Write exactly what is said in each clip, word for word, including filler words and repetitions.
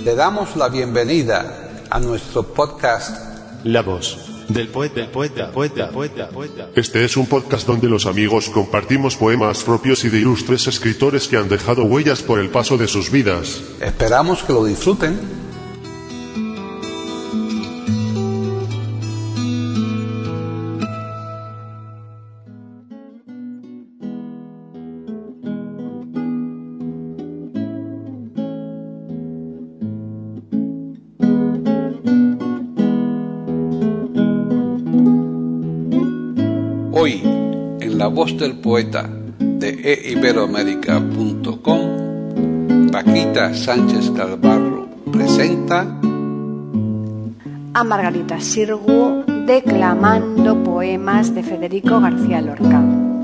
Le damos la bienvenida a nuestro podcast La voz del poeta, del poeta, poeta, poeta, poeta. Este es un podcast donde los amigos compartimos poemas propios y de ilustres escritores que han dejado huellas por el paso de sus vidas. Esperamos que lo disfruten. Hoy, en La Voz del Poeta de e iberoamérica punto com, Paquita Sánchez Galvarro presenta a Margarita Xirgu declamando poemas de Federico García Lorca.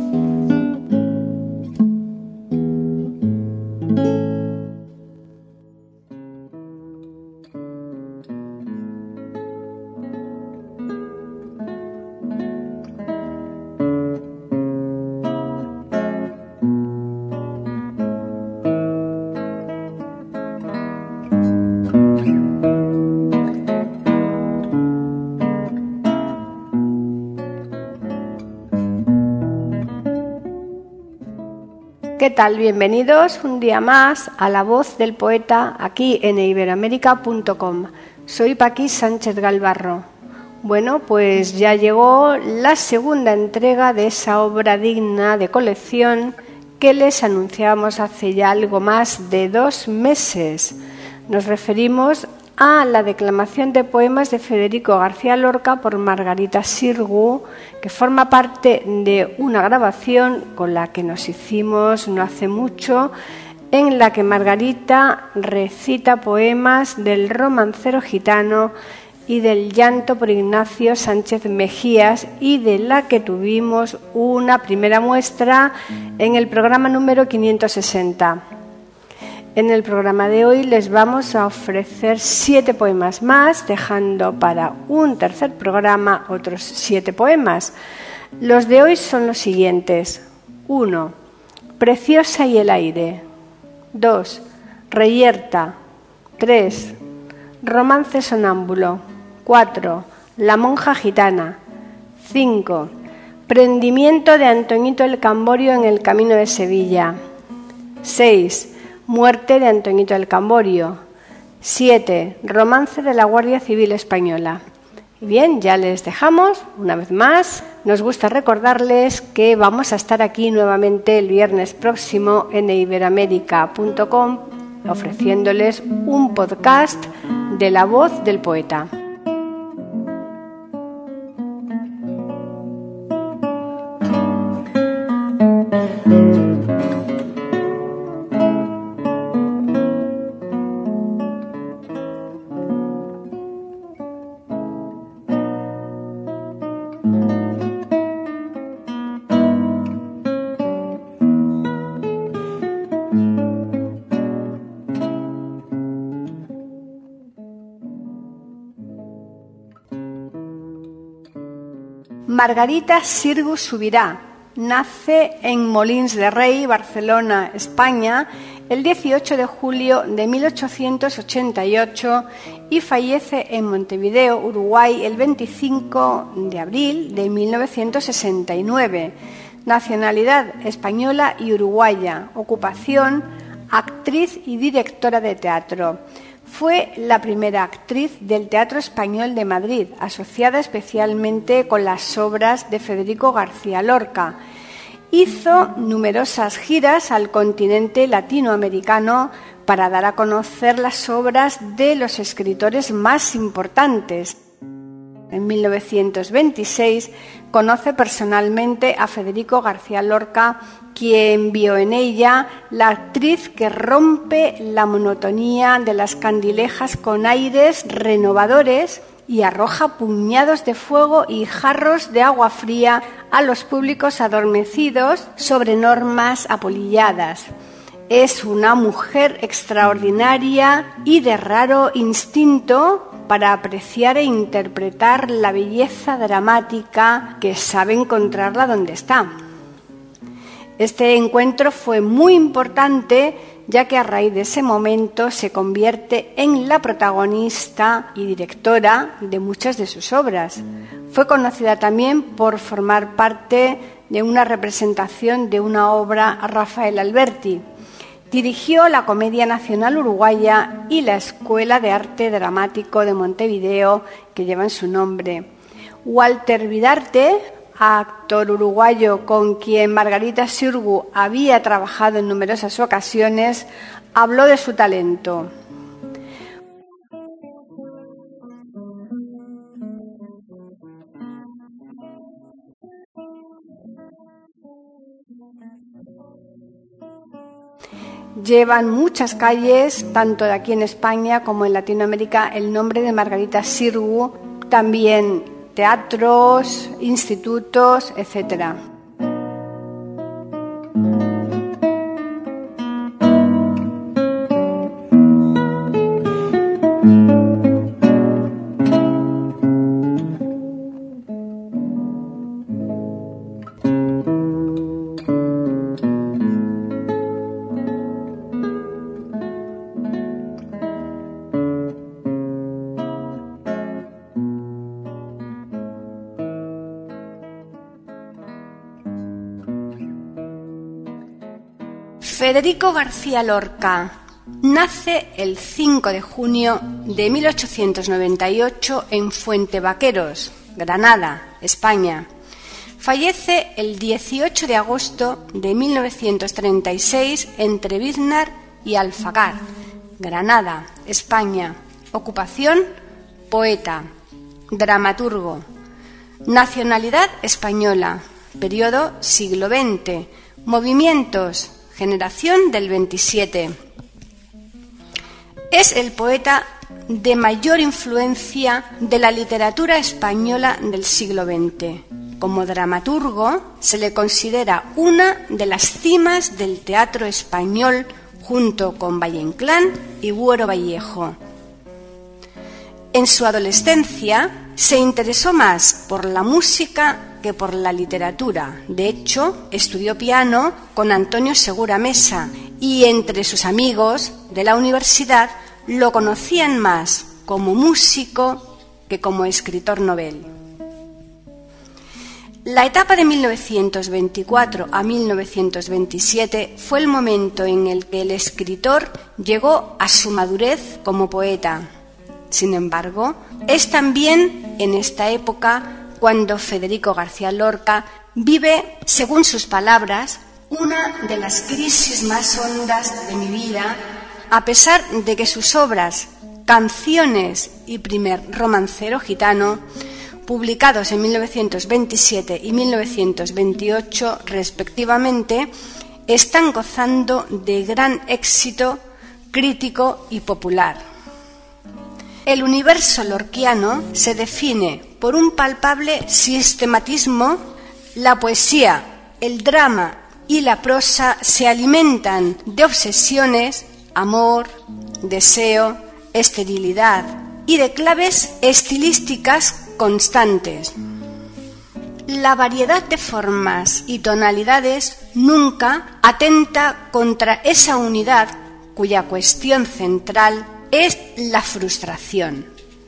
¿Qué tal? Bienvenidos un día más a La Voz del Poeta aquí en e iberoamérica punto com. Soy Paqui Sánchez Galvarro. Bueno, pues ya llegó la segunda entrega de esa obra digna de colección que les anunciábamos hace ya algo más de dos meses. Nos referimos a la declamación de poemas de Federico García Lorca por Margarita Xirgu, que forma parte de una grabación con la que nos hicimos no hace mucho, en la que Margarita recita poemas del romancero gitano y del llanto por Ignacio Sánchez Mejías, y de la que tuvimos una primera muestra en el programa número quinientos sesenta. En el programa de hoy les vamos a ofrecer siete poemas más, dejando para un tercer programa otros siete poemas. Los de hoy son los siguientes. uno. Preciosa y el aire. dos. Reyerta. tres. Romance sonámbulo. cuatro. La monja gitana. cinco. Prendimiento de Antoñito el Camborio en el camino de Sevilla. seis. Muerte de Antoñito el Camborio. siete. Romance de la Guardia Civil Española. Bien, ya les dejamos una vez más. Nos gusta recordarles que vamos a estar aquí nuevamente el viernes próximo en e iberoamérica punto com ofreciéndoles un podcast de La Voz del Poeta. Margarita Xirgu Subirá nace en Molins de Rei, Barcelona, España, el dieciocho de julio de mil ochocientos ochenta y ocho y fallece en Montevideo, Uruguay, el veinticinco de abril de mil novecientos sesenta y nueve. Nacionalidad española y uruguaya. Ocupación, actriz y directora de teatro. Fue la primera actriz del Teatro Español de Madrid, asociada especialmente con las obras de Federico García Lorca. Hizo numerosas giras al continente latinoamericano para dar a conocer las obras de los escritores más importantes. En mil novecientos veintiséis conoce personalmente a Federico García Lorca, quien vio en ella la actriz que rompe la monotonía de las candilejas con aires renovadores y arroja puñados de fuego y jarros de agua fría a los públicos adormecidos sobre normas apolilladas. Es una mujer extraordinaria y de raro instinto para apreciar e interpretar la belleza dramática que sabe encontrarla donde está. Este encuentro fue muy importante ya que a raíz de ese momento se convierte en la protagonista y directora de muchas de sus obras. Fue conocida también por formar parte de una representación de una obra a Rafael Alberti. Dirigió la Comedia Nacional Uruguaya y la Escuela de Arte Dramático de Montevideo, que llevan su nombre. Walter Vidarte, actor uruguayo con quien Margarita Xirgu había trabajado en numerosas ocasiones, habló de su talento. Llevan muchas calles, tanto de aquí en España como en Latinoamérica, el nombre de Margarita Xirgu, también teatros, institutos, etcétera. Federico García Lorca nace el cinco de junio de mil ochocientos noventa y ocho en Fuentevaqueros, Granada, España. Fallece el dieciocho de agosto de mil novecientos treinta y seis en Treviznar y Alfagar, Granada, España. Ocupación: poeta, dramaturgo. Nacionalidad: española. Periodo: siglo veinte. Movimientos: generación del veintisiete. Es el poeta de mayor influencia de la literatura española del siglo veinte. Como dramaturgo, se le considera una de las cimas del teatro español junto con Valle Inclán y Buero Vallejo. En su adolescencia se interesó más por la música que por la literatura. De hecho, estudió piano con Antonio Segura Mesa y entre sus amigos de la universidad lo conocían más como músico que como escritor novel. La etapa de mil novecientos veinticuatro a mil novecientos veintisiete fue el momento en el que el escritor llegó a su madurez como poeta. Sin embargo, es también en esta época cuando Federico García Lorca vive, según sus palabras, una de las crisis más hondas de mi vida, a pesar de que sus obras Canciones y Primer romancero gitano, publicados en mil novecientos veintisiete y mil novecientos veintiocho respectivamente, están gozando de gran éxito crítico y popular. El universo lorquiano se define por un palpable sistematismo. La poesía, el drama y la prosa se alimentan de obsesiones, amor, deseo, esterilidad y de claves estilísticas constantes. La variedad de formas y tonalidades nunca atenta contra esa unidad cuya cuestión central es la frustración.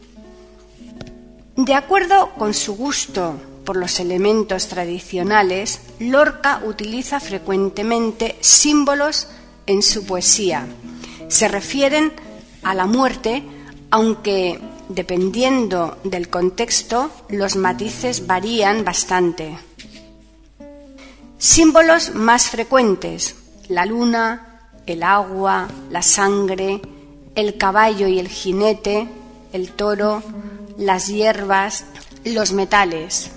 De acuerdo con su gusto por los elementos tradicionales, Lorca utiliza frecuentemente símbolos en su poesía. Se refieren a la muerte, aunque dependiendo del contexto, los matices varían bastante. Símbolos más frecuentes: la luna, el agua, la sangre, el caballo y el jinete, el toro, las hierbas, los metales.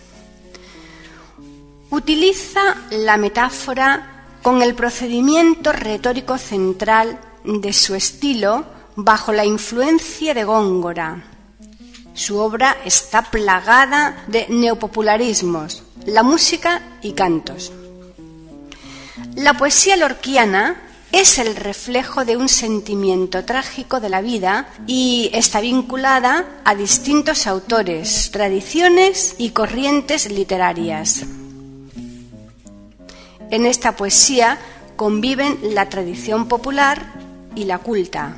Utiliza la metáfora con el procedimiento retórico central de su estilo bajo la influencia de Góngora. Su obra está plagada de neopopularismos, la música y cantos. La poesía lorquiana es el reflejo de un sentimiento trágico de la vida y está vinculada a distintos autores, tradiciones y corrientes literarias. En esta poesía conviven la tradición popular y la culta.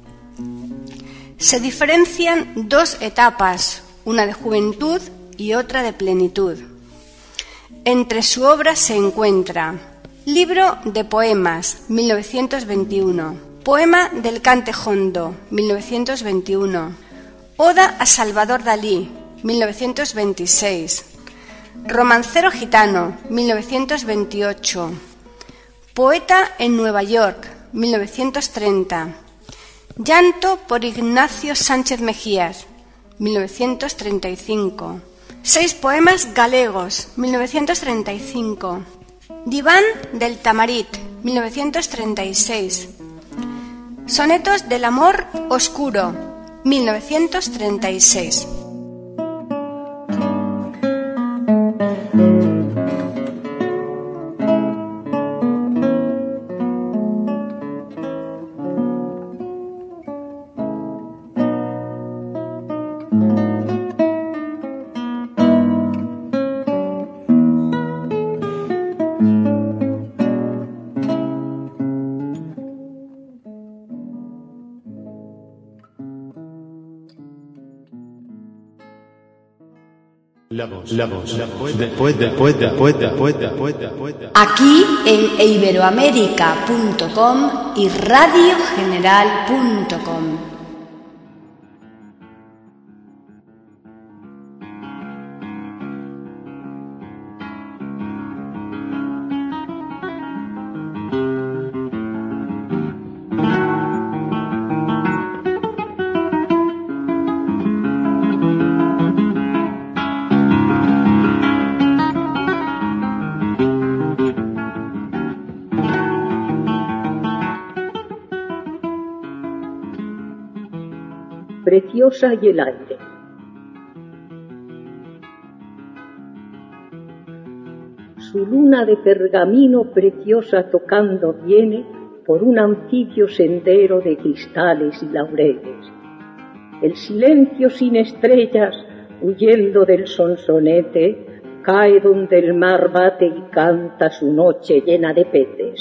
Se diferencian dos etapas, una de juventud y otra de plenitud. Entre su obra se encuentra Libro de poemas, mil novecientos veintiuno, Poema del Cante Jondo, mil novecientos veintiuno, Oda a Salvador Dalí, mil novecientos veintiséis, Romancero gitano, mil novecientos veintiocho, Poeta en Nueva York, mil novecientos treinta, Llanto por Ignacio Sánchez Mejías, mil novecientos treinta y cinco, Seis poemas galegos, mil novecientos treinta y cinco, Diván del Tamarit, mil novecientos treinta y seis, Sonetos del amor oscuro, mil novecientos treinta y seis. La voz, la voz, la voz del poeta, poeta, poeta, poeta, poeta, poeta. Aquí en iberoamérica punto com y radio general punto com. Preciosa y el aire. Su luna de pergamino preciosa tocando viene por un anfibio sendero de cristales y laureles. El silencio sin estrellas, huyendo del sonsonete, cae donde el mar bate y canta su noche llena de peces.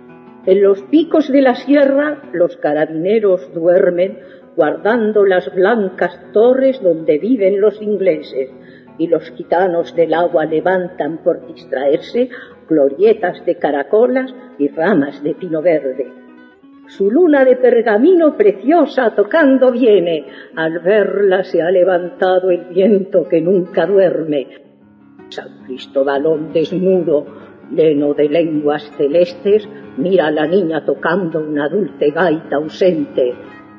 En los picos de la sierra los carabineros duermen guardando las blancas torres donde viven los ingleses, y los gitanos del agua levantan por distraerse glorietas de caracolas y ramas de pino verde. Su luna de pergamino preciosa tocando viene, al verla se ha levantado el viento que nunca duerme. San Cristobalón desnudo, lleno de lenguas celestes, mira a la niña tocando una dulce gaita ausente.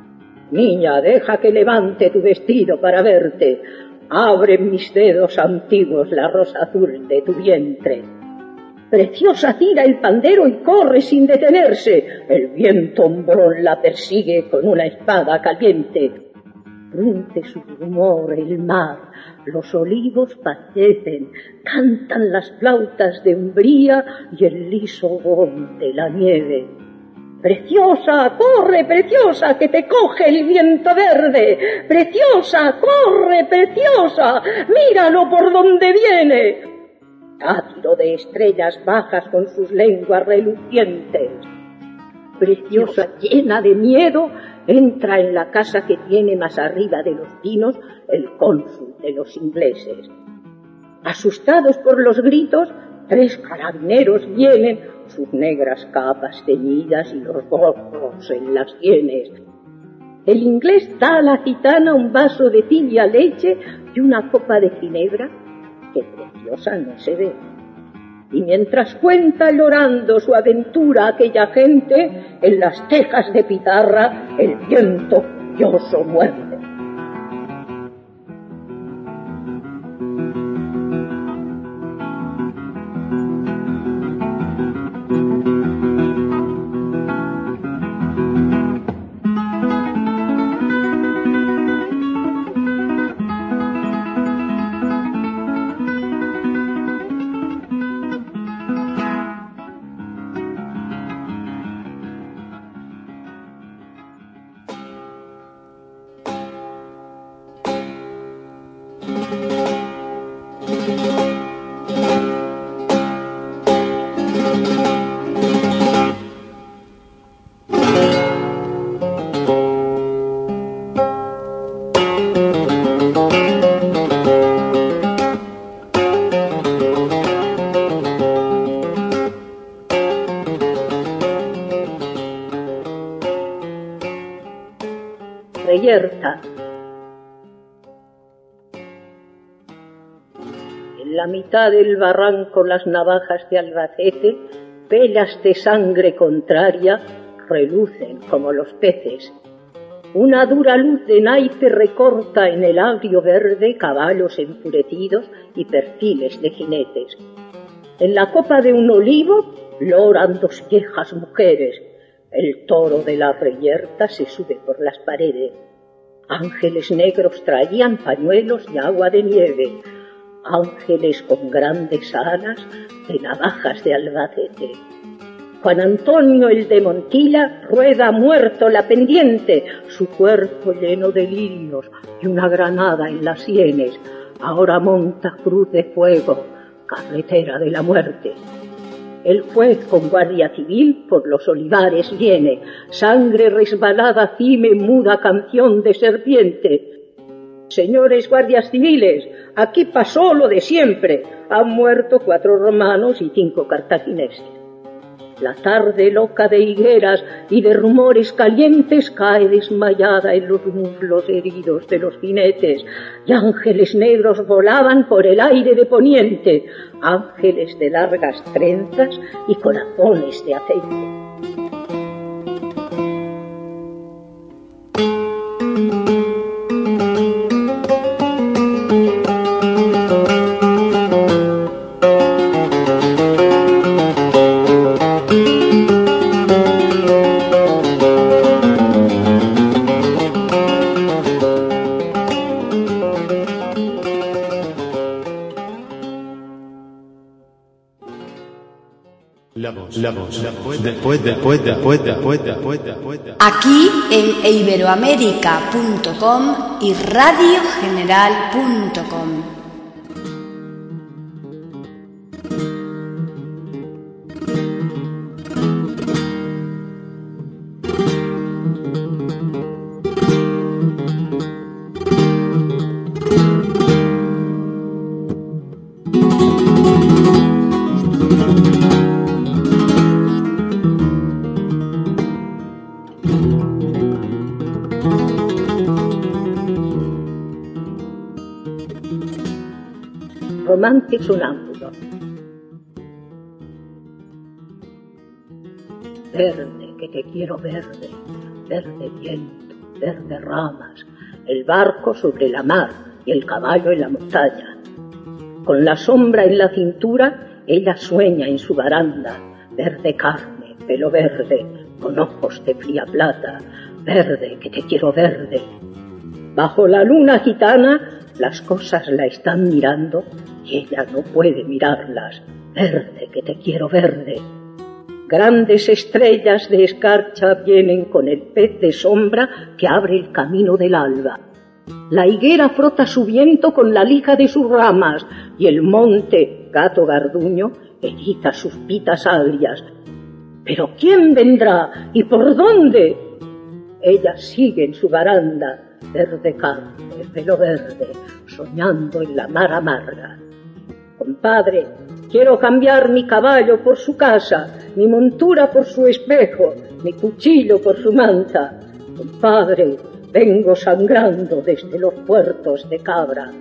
Niña, deja que levante tu vestido para verte. Abre en mis dedos antiguos la rosa azul de tu vientre. Preciosa tira el pandero y corre sin detenerse. El viento hombrón la persigue con una espada caliente. Prunte su rumor el mar, los olivos palidecen, cantan las flautas de umbría y el liso gom de la nieve. Preciosa, corre, preciosa, que te coge el viento verde. Preciosa, corre, preciosa, míralo por donde viene. Sátiro de estrellas bajas con sus lenguas relucientes. Preciosa, llena de miedo, entra en la casa que tiene más arriba de los pinos el cónsul de los ingleses. Asustados por los gritos, tres carabineros vienen, sus negras capas teñidas y los gorros en las sienes. El inglés da a la gitana un vaso de tibia leche y una copa de ginebra que preciosa no se ve. Y mientras cuenta llorando su aventura aquella gente, en las tejas de Pitarra el viento furioso muerde. reyerta. En la mitad del barranco las navajas de Albacete, pelas de sangre contraria, relucen como los peces. Una dura luz de naipe recorta en el agrio verde caballos enfurecidos y perfiles de jinetes. En la copa de un olivo loran dos viejas mujeres. El toro de la reyerta se sube por las paredes. Ángeles negros traían pañuelos y agua de nieve. Ángeles con grandes alas de navajas de Albacete. Juan Antonio el de Montilla rueda muerto la pendiente, su cuerpo lleno de lirios y una granada en las sienes. Ahora monta cruz de fuego, carretera de la muerte. El juez con guardia civil por los olivares viene, sangre resbalada cime muda canción de serpiente. Señores guardias civiles, aquí pasó lo de siempre, han muerto cuatro romanos y cinco cartagineses. La tarde loca de higueras y de rumores calientes cae desmayada en los muslos heridos de los jinetes, y ángeles negros volaban por el aire de poniente, ángeles de largas trenzas y corazones de aceite. La voz, después, después, después, después, después, después. Aquí en iberoamérica punto com y radio general punto com. Romance sonámbulo. Verde, que te quiero verde, verde viento, verde ramas, el barco sobre la mar y el caballo en la montaña. Con la sombra en la cintura, ella sueña en su baranda, verde carne, pelo verde, con ojos de fría plata, verde, que te quiero verde. Bajo la luna gitana, las cosas la están mirando y ella no puede mirarlas. Verde, que te quiero verde. Grandes estrellas de escarcha vienen con el pez de sombra que abre el camino del alba. La higuera frota su viento con la lija de sus ramas y el monte, gato garduño, eriza sus pitas agrias. ¿Pero quién vendrá y por dónde? Ella sigue en su baranda, verde carne, pelo verde, soñando en la mar amarga. Compadre, quiero cambiar mi caballo por su casa, mi montura por su espejo, mi cuchillo por su manta. Compadre, vengo sangrando desde los puertos de Cabra.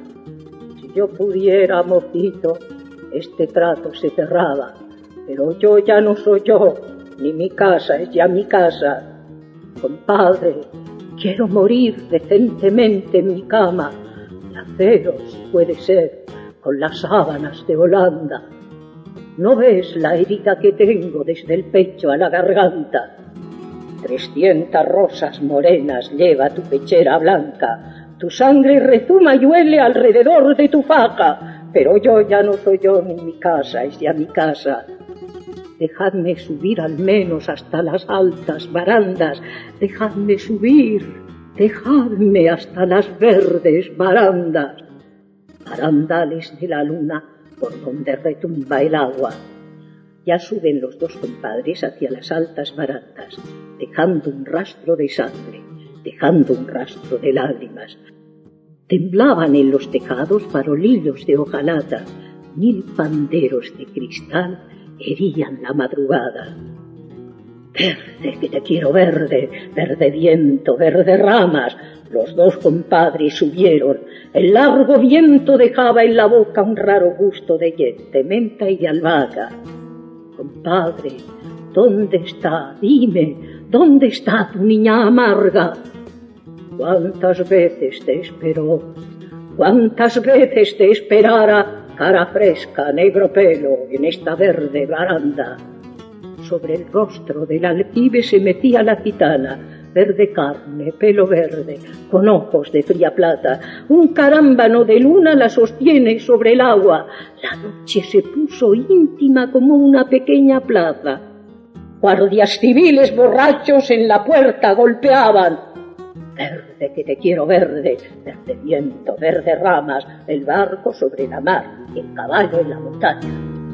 Si yo pudiera, mocito, este trato se cerraba, pero yo ya no soy yo, ni mi casa es ya mi casa. Compadre, quiero morir decentemente en mi cama, de acero si puede ser, con las sábanas de Holanda. ¿No ves la herida que tengo desde el pecho a la garganta? Trescientas rosas morenas lleva tu pechera blanca, tu sangre rezuma y huele alrededor de tu faja, pero yo ya no soy yo ni mi casa es ya mi casa. Dejadme subir al menos hasta las altas barandas, dejadme subir, dejadme hasta las verdes barandas. Barandales de la luna por donde retumba el agua. Ya suben los dos compadres hacia las altas barandas, dejando un rastro de sangre, dejando un rastro de lágrimas. Temblaban en los tejados farolillos de hojalata, mil panderos de cristal herían la madrugada. Verde, que te quiero verde, verde viento, verde ramas, Los dos compadres subieron. El largo viento dejaba en la boca un raro gusto de hiel, de menta y de albahaca. Compadre, ¿dónde está? Dime, ¿dónde está tu niña amarga? ¿Cuántas veces te esperó? ¿Cuántas veces te esperara, cara fresca, negro pelo, en esta verde baranda? Sobre el rostro del aljibe se metía la gitana, verde carne, pelo verde, con ojos de fría plata. Un carámbano de luna la sostiene sobre el agua. La noche se puso íntima como una pequeña plaza. Guardias civiles borrachos en la puerta golpeaban. Verde que te quiero verde, verde viento, verde ramas, el barco sobre la mar y el caballo en la montaña.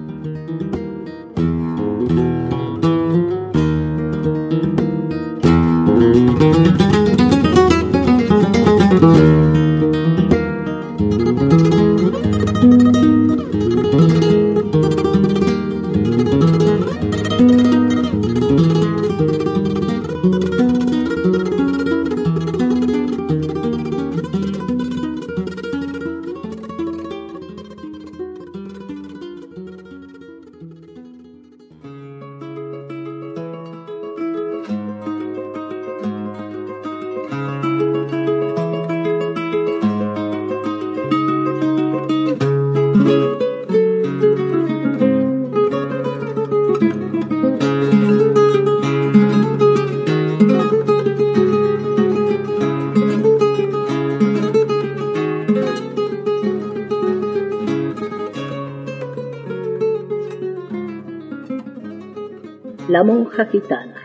La monja gitana.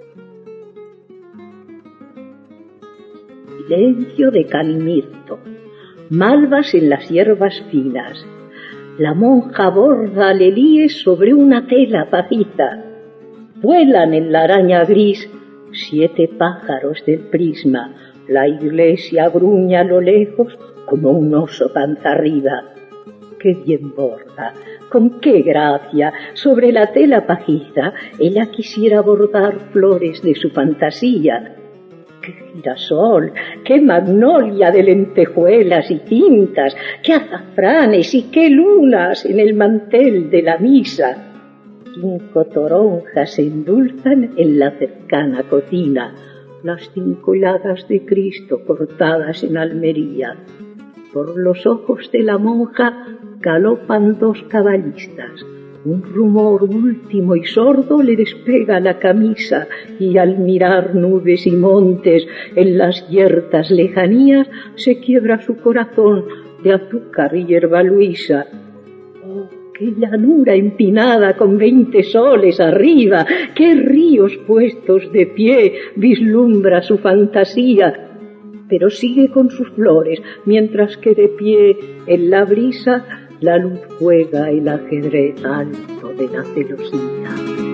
Silencio de calimirto, malvas en las hierbas finas. La monja borda lelíes sobre una tela pajiza. Vuelan en la araña gris siete pájaros del prisma. La iglesia gruña a lo lejos como un oso panza arriba. Qué bien borda, con qué gracia, sobre la tela pajiza, ella quisiera bordar flores de su fantasía. Qué girasol, qué magnolia de lentejuelas y tintas, qué azafranes y qué lunas en el mantel de la misa. Cinco toronjas se endulzan en la cercana cocina, las cinco llagas de Cristo cortadas en Almería. Por los ojos de la monja galopan dos caballistas. Un rumor último y sordo le despega la camisa y al mirar nubes y montes en las yertas lejanías se quiebra su corazón de azúcar y hierba luisa. ¡Oh, qué llanura empinada con veinte soles arriba! ¡Qué ríos puestos de pie vislumbra su fantasía! Pero sigue con sus flores, mientras que de pie en la brisa la luz juega el ajedrez alto de la celosía.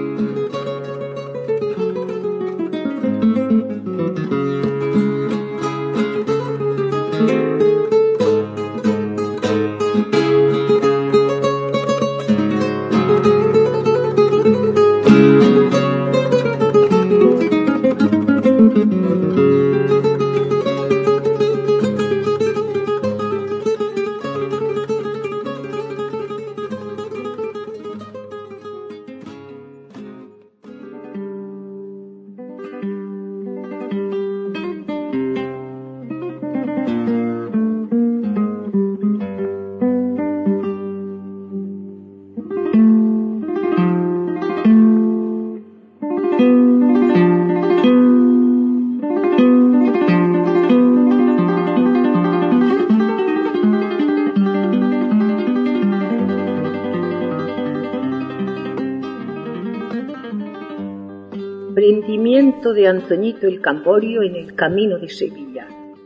Prendimiento de Antoñito el Camborio en el camino de Sevilla.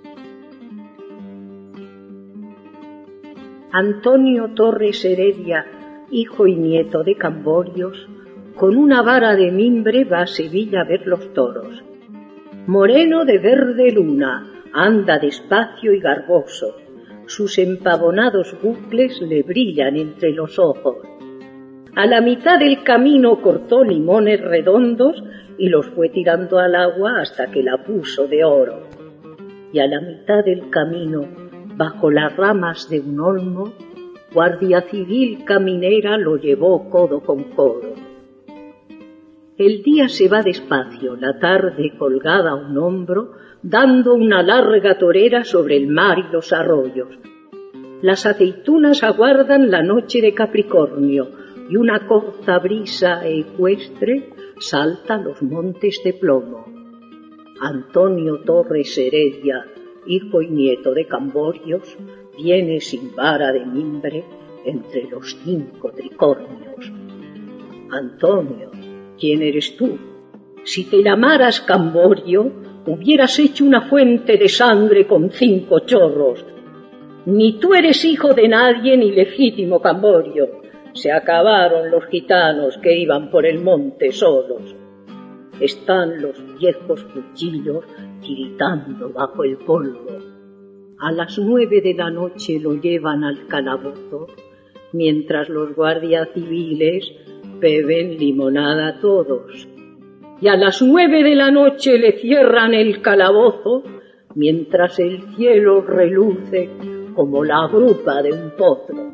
Antonio Torres Heredia, hijo y nieto de Camborios, con una vara de mimbre va a Sevilla a ver los toros. Moreno de verde luna, anda despacio y garboso, sus empavonados bucles le brillan entre los ojos. A la mitad del camino cortó limones redondos y los fue tirando al agua hasta que la puso de oro. y a la mitad del camino, bajo las ramas de un olmo, Guardia Civil caminera lo llevó codo con codo. El día se va despacio, la tarde colgada a un hombro, dando una larga torera sobre el mar y los arroyos. Las aceitunas aguardan la noche de Capricornio y una corta brisa ecuestre salta los montes de plomo. Antonio Torres Heredia, hijo y nieto de Camborios, viene sin vara de mimbre entre los cinco tricornios. Antonio, ¿quién eres tú? Si te llamaras Camborio, hubieras hecho una fuente de sangre con cinco chorros. Ni tú eres hijo de nadie ni legítimo Camborio. Se acabaron los gitanos que iban por el monte solos. Están los viejos cuchillos tiritando bajo el polvo. A las nueve de la noche lo llevan al calabozo, mientras los guardias civiles beben limonada todos. Y a las nueve de la noche le cierran el calabozo, mientras el cielo reluce como la grupa de un potro.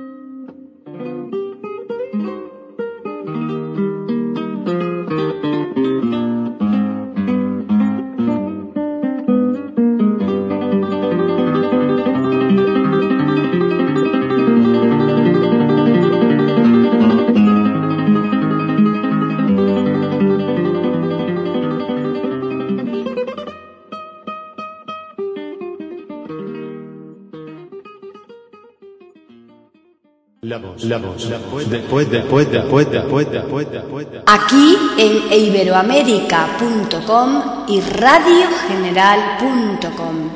La voz, la voz, la voz, después, después, después, después, después, después. Aquí en iberoamérica punto com y radio general punto com.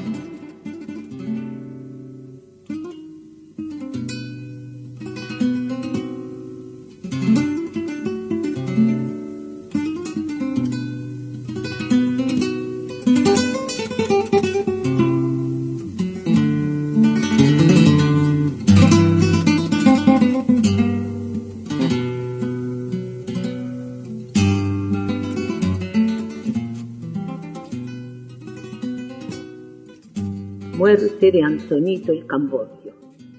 Muerte de Antonito el Camborio.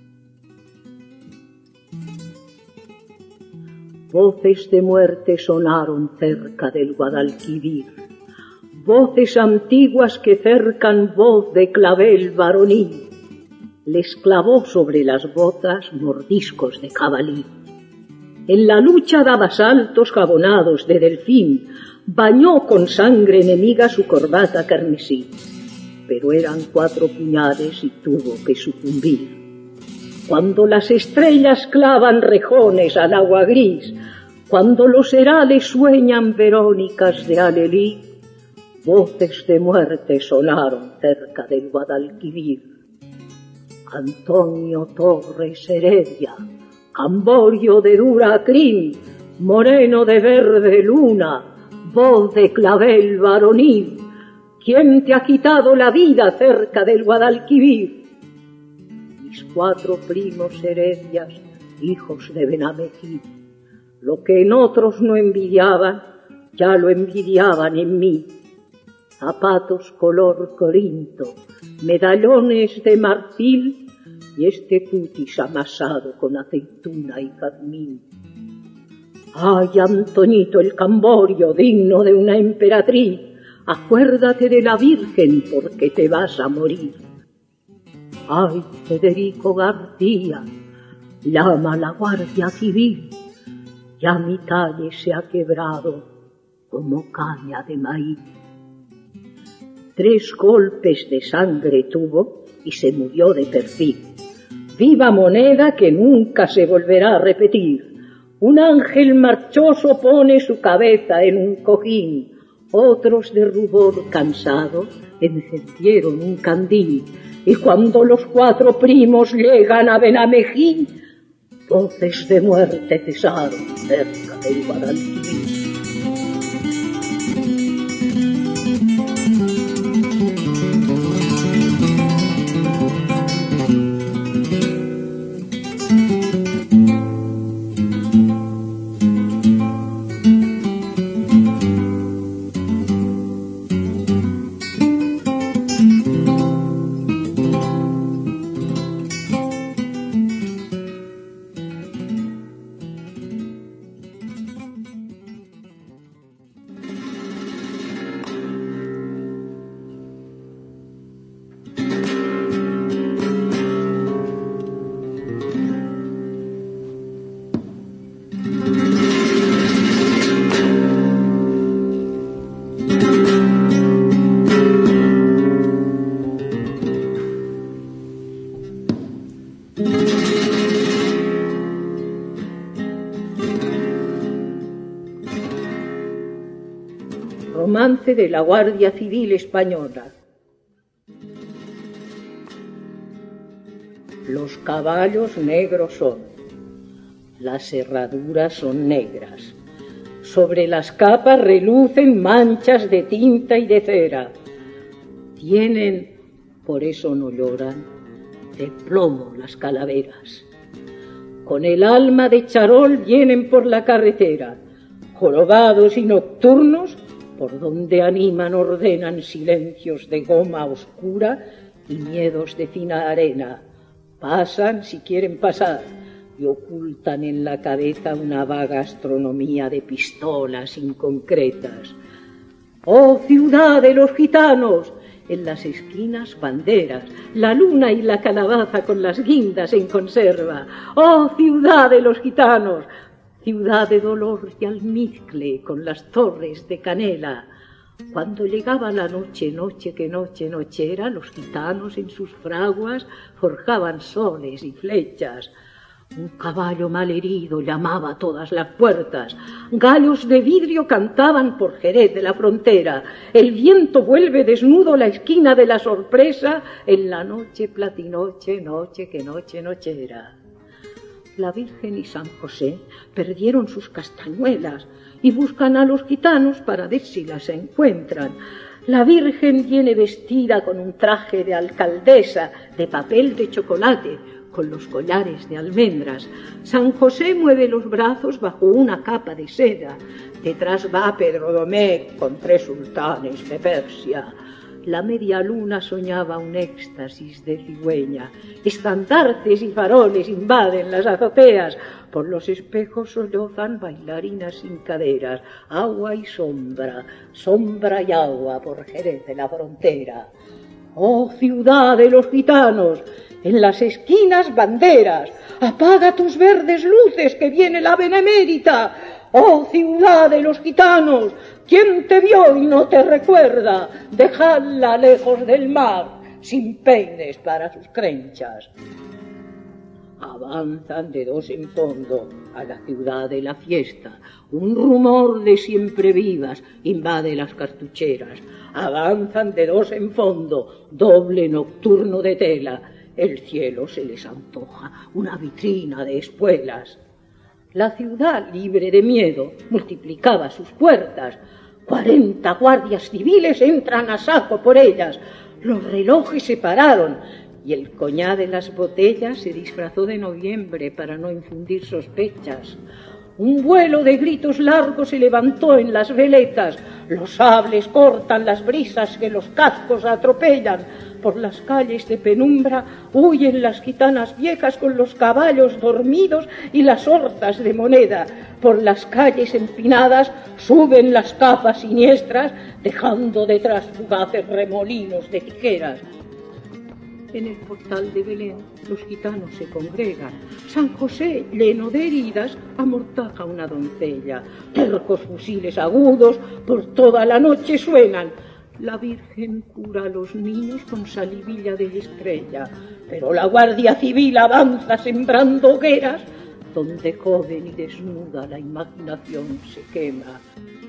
Voces de muerte sonaron cerca del Guadalquivir, voces antiguas que cercan voz de clavel varonil. Les clavó sobre las botas mordiscos de jabalí. En la lucha daba saltos jabonados de delfín, bañó con sangre enemiga su corbata carmesí. Pero eran cuatro puñales y tuvo que sucumbir. Cuando las estrellas clavan rejones al agua gris, cuando los herales sueñan verónicas de Alelí, voces de muerte sonaron cerca del Guadalquivir. Antonio Torres Heredia, Camborio de dura crin, moreno de verde luna, voz de clavel varonil, ¿quién te ha quitado la vida cerca del Guadalquivir? Mis cuatro primos Heredias, hijos de Benamejí, lo que en otros no envidiaban, ya lo envidiaban en mí. Zapatos color corinto, medallones de marfil y este cutis amasado con aceituna y jazmín. Ay, Antonito el Camborio, digno de una emperatriz, acuérdate de la Virgen porque te vas a morir. Ay, Federico García, llama a la Guardia Civil, ya mi calle se ha quebrado como caña de maíz. Tres golpes de sangre tuvo y se murió de perfil. Viva moneda que nunca se volverá a repetir. Un ángel marchoso pone su cabeza en un cojín. Otros de rubor cansados encendieron un candil, y cuando los cuatro primos llegan a Benamejí, voces de muerte cesaron cerca del Guadalquivir. Romance de la Guardia Civil Española. Los caballos negros son, las herraduras son negras, sobre las capas relucen manchas de tinta y de cera. Tienen, por eso no lloran, de plomo las calaveras. Con el alma de charol vienen por la carretera, jorobados y nocturnos, por donde animan, ordenan silencios de goma oscura y miedos de fina arena. Pasan si quieren pasar y ocultan en la cabeza una vaga astronomía de pistolas inconcretas. ¡Oh, ciudad de los gitanos! En las esquinas banderas, la luna y la calabaza con las guindas en conserva. ¡Oh, ciudad de los gitanos! Ciudad de dolor y almizcle con las torres de canela. Cuando llegaba la noche, noche que noche, nochera, los gitanos en sus fraguas forjaban soles y flechas. Un caballo malherido llamaba a todas las puertas. Gallos de vidrio cantaban por Jerez de la Frontera. El viento vuelve desnudo la esquina de la sorpresa en la noche platinoche, noche que noche nochera. La Virgen y San José perdieron sus castañuelas y buscan a los gitanos para ver si las encuentran. La Virgen viene vestida con un traje de alcaldesa de papel de chocolate, con los collares de almendras. San José mueve los brazos bajo una capa de seda. Detrás va Pedro Domecq con tres sultanes de Persia. La media luna soñaba un éxtasis de cigüeña. Estandartes y faroles invaden las azoteas. Por los espejos sollozan bailarinas sin caderas. Agua y sombra, sombra y agua por Jerez de la Frontera. ¡Oh, ciudad de los gitanos! En las esquinas banderas. Apaga tus verdes luces que viene la benemérita. ¡Oh, ciudad de los gitanos! ¿Quién te vio y no te recuerda? Dejadla lejos del mar, sin peines para sus crenchas. Avanzan de dos en fondo a la ciudad de la fiesta. Un rumor de siempre vivas invade las cartucheras. Avanzan de dos en fondo, doble nocturno de tela. El cielo se les antoja una vitrina de espuelas. La ciudad, libre de miedo, multiplicaba sus puertas. Cuarenta guardias civiles entran a saco por ellas. Los relojes se pararon y el coñá de las botellas se disfrazó de noviembre para no infundir sospechas. Un vuelo de gritos largos se levantó en las veletas. Los sables cortan las brisas que los cascos atropellan. Por las calles de penumbra huyen las gitanas viejas con los caballos dormidos y las orzas de moneda. Por las calles empinadas suben las capas siniestras, dejando detrás fugaces remolinos de tijeras. En el portal de Belén los gitanos se congregan. San José, lleno de heridas, amortaja a una doncella. Tercos fusiles agudos por toda la noche suenan. La Virgen cura a los niños con salivilla de estrella, pero la Guardia Civil avanza sembrando hogueras, donde joven y desnuda la imaginación se quema.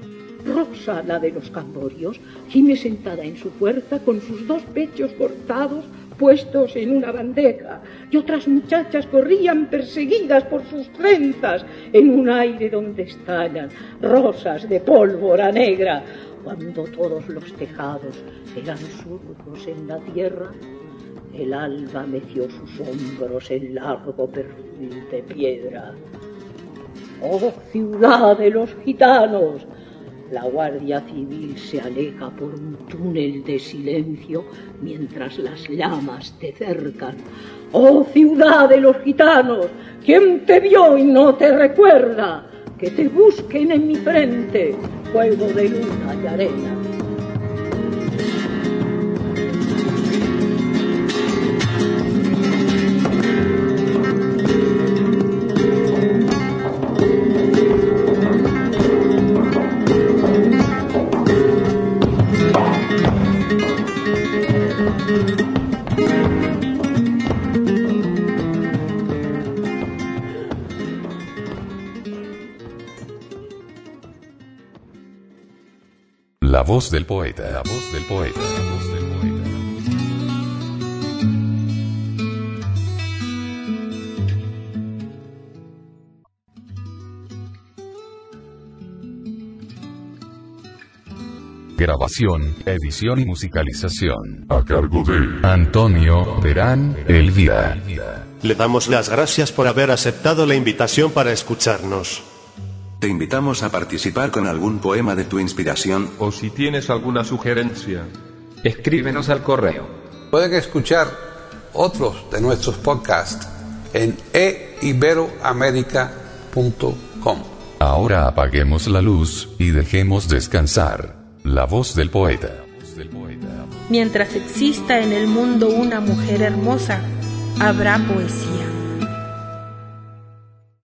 Rosa, la de los camborios, gime sentada en su puerta con sus dos pechos cortados puestos en una bandeja, y otras muchachas corrían perseguidas por sus trenzas en un aire donde estallan rosas de pólvora negra. Cuando todos los tejados eran surcos en la tierra, el alba meció sus hombros en largo perfil de piedra. ¡Oh, ciudad de los gitanos! La Guardia Civil se aleja por un túnel de silencio mientras las llamas te cercan. ¡Oh, ciudad de los gitanos! ¿Quién te vio y no te recuerda? Que te busquen en mi frente, fuego de luna y arena. La La voz del poeta, la voz del poeta, la voz del poeta. Grabación, edición y musicalización. A cargo de Antonio Terán Elvira. Le damos las gracias por haber aceptado la invitación para escucharnos. Te invitamos a participar con algún poema de tu inspiración. O si tienes alguna sugerencia, escríbenos al correo. Pueden escuchar otros de nuestros podcasts en e iberoamerica punto com. Ahora apaguemos la luz y dejemos descansar la voz del poeta. Mientras exista en el mundo una mujer hermosa, habrá poesía.